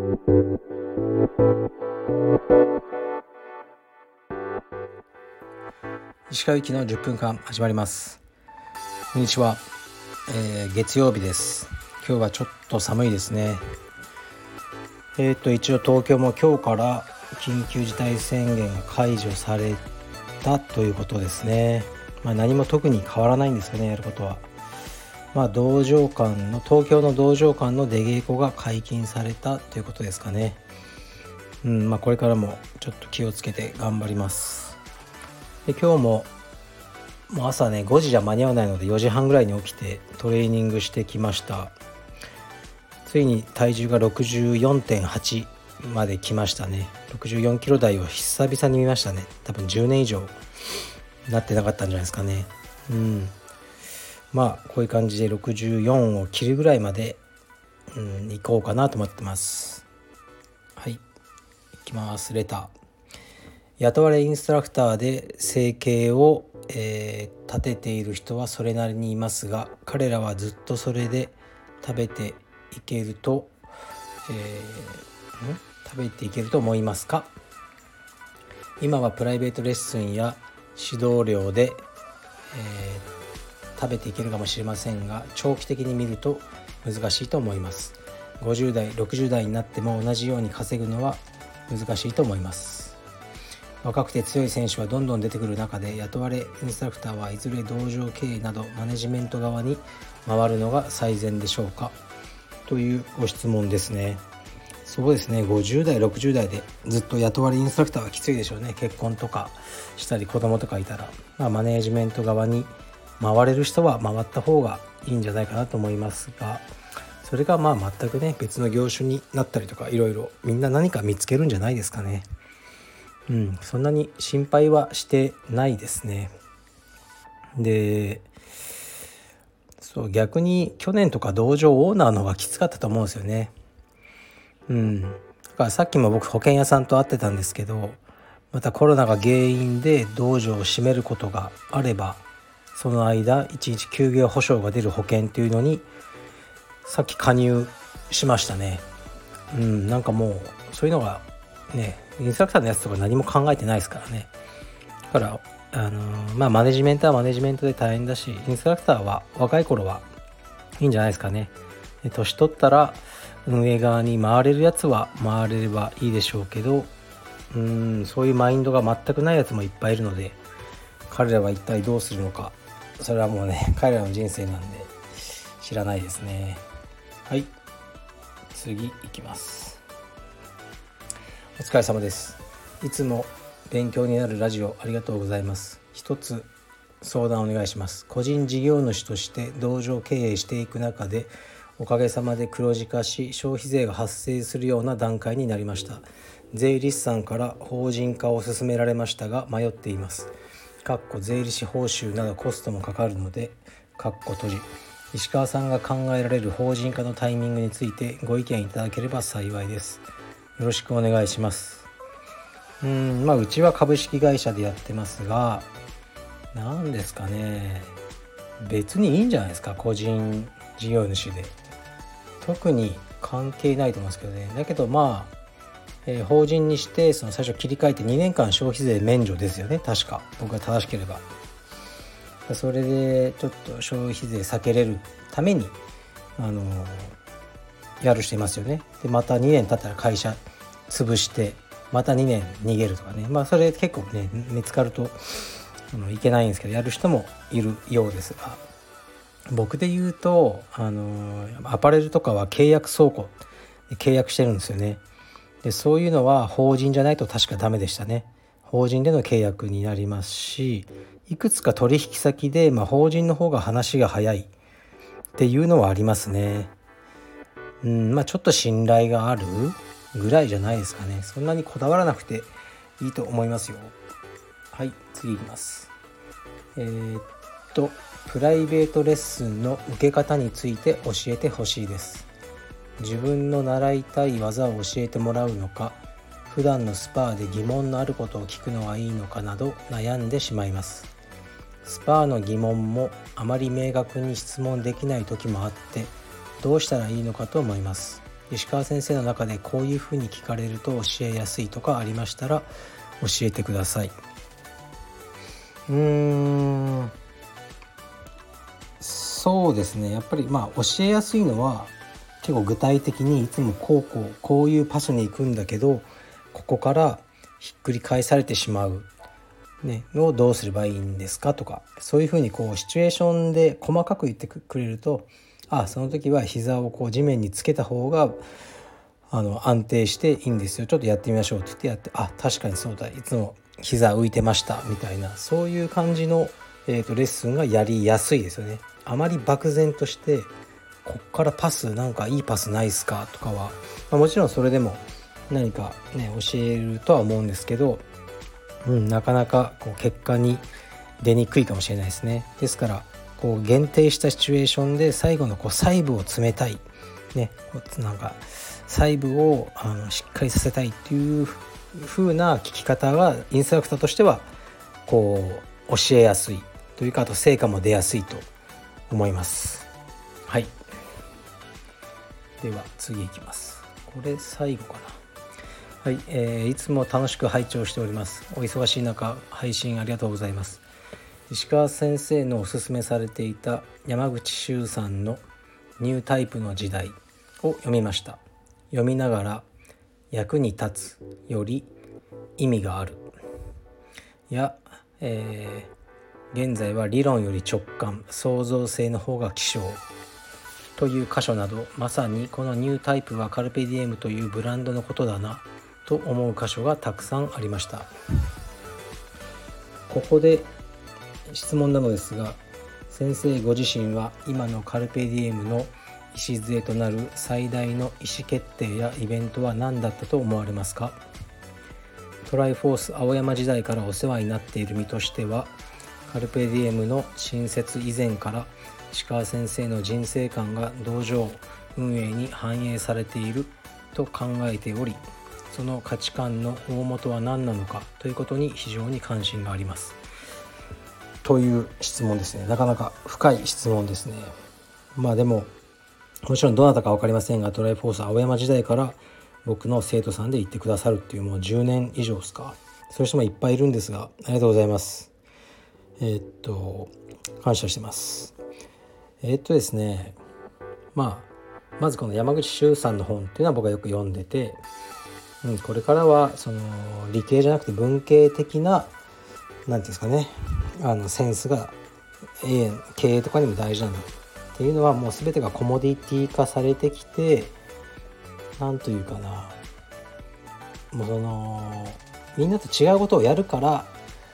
石川行きの10分間始まります。こんにちは、月曜日です。今日はちょっと寒いですね。一応東京も今日から緊急事態宣言が解除されたということですね。何も特に変わらないんですかね、やることは。東京の道場館の出稽古が解禁されたということですかね。これからもちょっと気をつけて頑張ります。で、今日も朝ね5時じゃ間に合わないので4時半ぐらいに起きてトレーニングしてきました。ついに体重が 64.8 まで来ましたね。64キロ台を久々に見ましたね。多分10年以上なってなかったんじゃないですかね。こういう感じで64を切るぐらいまで行こうかなと思ってます。はい、行きます。レター。雇われインストラクターで生計を、立てている人はそれなりにいますが、彼らはずっとそれで食べていけると思いますか？今はプライベートレッスンや指導料で、食べていけるかもしれませんが、長期的に見ると難しいと思います。50代60代になっても同じように稼ぐのは難しいと思います。若くて強い選手はどんどん出てくる中で、雇われインストラクターはいずれ道場経営などマネジメント側に回るのが最善でしょうか、というご質問ですね。そうですね、50代60代でずっと雇われインストラクターはきついでしょうね。結婚とかしたり子供とかいたら、マネジメント側に回れる人は回った方がいいんじゃないかなと思いますが、それが全くね別の業種になったりとか、いろいろみんな何か見つけるんじゃないですかね。そんなに心配はしてないですね。で、逆に去年とか道場オーナーの方がきつかったと思うんですよね。だからさっきも僕保険屋さんと会ってたんですけど、またコロナが原因で道場を閉めることがあれば、その間1日休業保障が出る保険っていうのにさっき加入しましたね。なんかもうそういうのがね、インストラクターのやつとか何も考えてないですからね。だからマネジメントはマネジメントで大変だし、インストラクターは若い頃はいいんじゃないですかね。年取ったら運営側に回れるやつは回れればいいでしょうけど、そういうマインドが全くないやつもいっぱいいるので、彼らは一体どうするのか、それはもうね彼らの人生なんで知らないですね。はい、次いきます。お疲れ様です。いつも勉強になるラジオありがとうございます。一つ相談お願いします。個人事業主として道場経営していく中で、おかげさまで黒字化し消費税が発生するような段階になりました。税理士さんから法人化を勧められましたが迷っています。税理士報酬などコストもかかるので閉じ。石川さんが考えられる法人化のタイミングについてご意見いただければ幸いです。よろしくお願いします。うちは株式会社でやってますが、何ですかね、別にいいんじゃないですか。個人事業主で特に関係ないと思うんですけどね。だけど法人にして最初切り替えて2年間消費税免除ですよね、確か僕が正しければ。それでちょっと消費税避けれるためにやる人いますよね。でまた2年経ったら会社潰してまた2年逃げるとかね。それ結構ね見つかるといけないんですけど、やる人もいるようですが、僕で言うとアパレルとかは契約倉庫で契約してるんですよね。でそういうのは法人じゃないと確かダメでしたね。法人での契約になりますし、いくつか取引先で、法人の方が話が早いっていうのはありますね。ちょっと信頼があるぐらいじゃないですかね。そんなにこだわらなくていいと思いますよ。はい、次いきます。プライベートレッスンの受け方について教えてほしいです。自分の習いたい技を教えてもらうのか、普段のスパーで疑問のあることを聞くのがいいのかなど悩んでしまいます。スパーの疑問もあまり明確に質問できない時もあって、どうしたらいいのかと思います。 石川先生の中でこういうふうに聞かれると教えやすいとかありましたら教えてください。そうですね、やっぱり教えやすいのは結構具体的にいつもこういうパスに行くんだけど、ここからひっくり返されてしまうをどうすればいいんですかとか、そういうふうにシチュエーションで細かく言ってくれると、その時は膝を地面につけた方が安定していいんですよ、ちょっとやってみましょうって言ってやって、確かにそうだ、いつも膝浮いてましたみたいな、そういう感じの、レッスンがやりやすいですよね。あまり漠然としてこっからパスなんかいいパスないっすかとかは、もちろんそれでも何かね教えるとは思うんですけど、なかなか結果に出にくいかもしれないですね。ですから限定したシチュエーションで最後の細部を詰めたいね、なんか細部をしっかりさせたいっていう風な聞き方がインストラクターとしては教えやすいというか、あと成果も出やすいと思います。はい、では次いきます。これ最後かな。はい、いつも楽しく拝聴しております。お忙しい中配信ありがとうございます。石川先生のおすすめされていた山口周さんのニュータイプの時代を読みました。読みながら役に立つより意味があるや、現在は理論より直感創造性の方が希少という箇所など、まさにこのニュータイプはカルペディエムというブランドのことだなと思う箇所がたくさんありました。ここで質問なのですが、先生ご自身は今のカルペディエムの礎となる最大の意思決定やイベントは何だったと思われますか？トライフォース青山時代からお世話になっている身としては、カルペディエムの新設以前から石川先生の人生観が道場運営に反映されていると考えており、その価値観の大元は何なのかということに非常に関心があります、という質問ですね。なかなか深い質問ですね。でももちろんどなたか分かりませんが、トライフォース青山時代から僕の生徒さんで言ってくださるっていう、もう10年以上ですか。そういう人もいっぱいいるんですが、ありがとうございます。感謝してます。ですね、まずこの山口周さんの本っていうのは僕はよく読んでて、これからはその理系じゃなくて文系的な、なんていうんですかね、センスが経営とかにも大事なんだっていうのは、もう全てがコモディティ化されてきて、なんというかな、もうそのみんなと違うことをやるから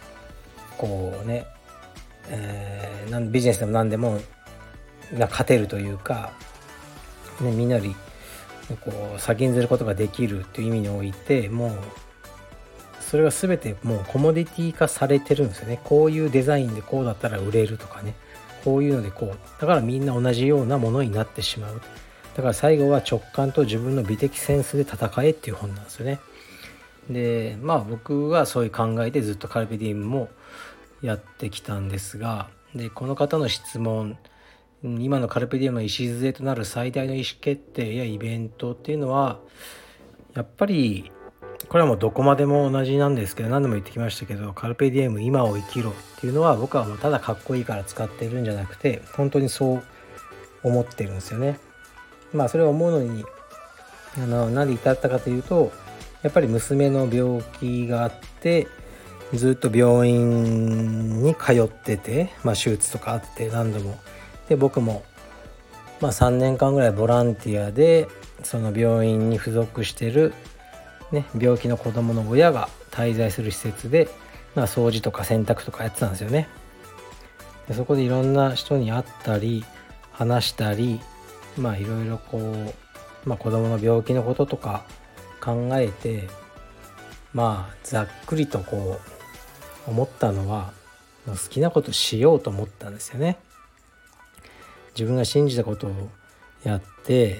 ビジネスでも何でも勝てるというか、みんなより先んずることができるっていう意味において、もうそれが全てもうコモディティ化されてるんですよね。こういうデザインでこうだったら売れるとかね、こういうのでこうだからみんな同じようなものになってしまう。だから最後は直感と自分の美的センスで戦えっていう本なんですよね。で僕はそういう考えでずっとカルペディウムもやってきたんですが、でこの方の質問、今のカルペディウムの礎となる最大の意思決定やイベントっていうのは、やっぱりこれはもうどこまでも同じなんですけど、何度も言ってきましたけど、カルペディエム今を生きろっていうのは、僕はもうただかっこいいから使ってるんじゃなくて、本当にそう思ってるんですよね。それを思うのに何で至ったかというと、やっぱり娘の病気があって、ずっと病院に通ってて、手術とかあって何度も、で僕も3年間ぐらいボランティアでその病院に付属してる病気の子供の親が滞在する施設で、掃除とか洗濯とかやってたんですよね。でそこでいろんな人に会ったり話したり、いろいろ子供の病気のこととか考えて、ざっくりと思ったのは、好きなことしようと思ったんですよね。自分が信じたことをやって、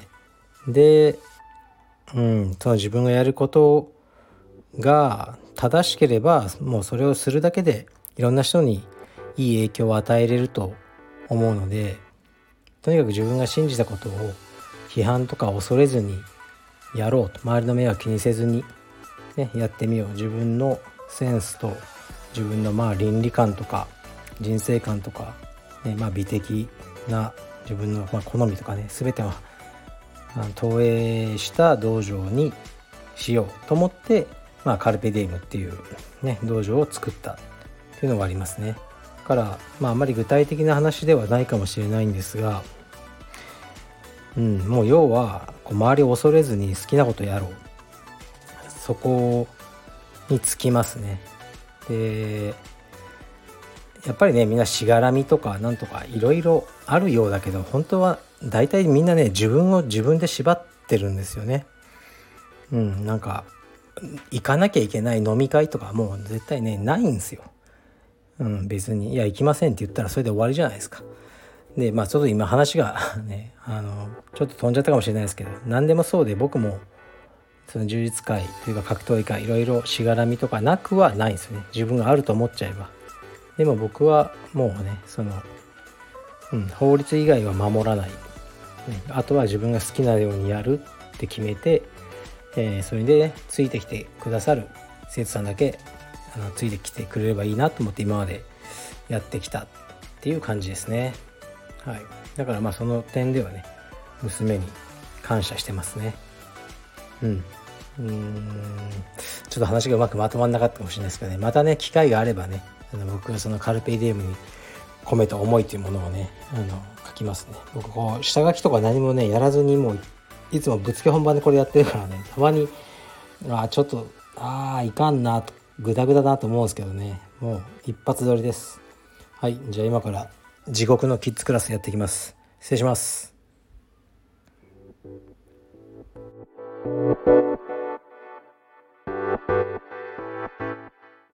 でその自分がやることが正しければ、もうそれをするだけでいろんな人にいい影響を与えれると思うので、とにかく自分が信じたことを批判とか恐れずにやろうと、周りの目は気にせずに、ね、やってみよう。自分のセンスと自分の倫理観とか人生観とか、ね、美的な自分の好みとかね、全てを投影した道場にしようと思って、カルペディエムっていう、ね、道場を作ったっていうのがありますね。だからあんまり具体的な話ではないかもしれないんですが、もう要は周りを恐れずに好きなことやろう、そこにつきますね。でやっぱりね、みんなしがらみとかなんとかいろいろあるようだけど、本当は大体みんなね、自分を自分で縛ってるんですよね。なんか行かなきゃいけない飲み会とかもう絶対ねないんですよ。別に行きませんって言ったらそれで終わりじゃないですか。でちょっと今話がねちょっと飛んじゃったかもしれないですけど、何でもそうで、僕もその柔術界というか格闘技界いろいろしがらみとかなくはないんですよね。自分があると思っちゃえば。でも僕はもうね法律以外は守らない、あとは自分が好きなようにやるって決めて、それで、ね、ついてきてくださる生徒さんだけついてきてくれればいいなと思って今までやってきたっていう感じですね。はい、だからその点ではね、娘に感謝してますね。ちょっと話がうまくまとまんなかったかもしれないですけどね、またね機会があればね、僕がそのカルペディエムに込めた思いというものをね書きますね。僕下書きとか何もねやらずに、もういつもぶっつけ本番でこれやってるからね、たまにちょっといかんなと、グダグダだと思うんですけどね、もう一発撮りです。はい、じゃあ今から地獄のキッズクラスやっていきます。失礼します。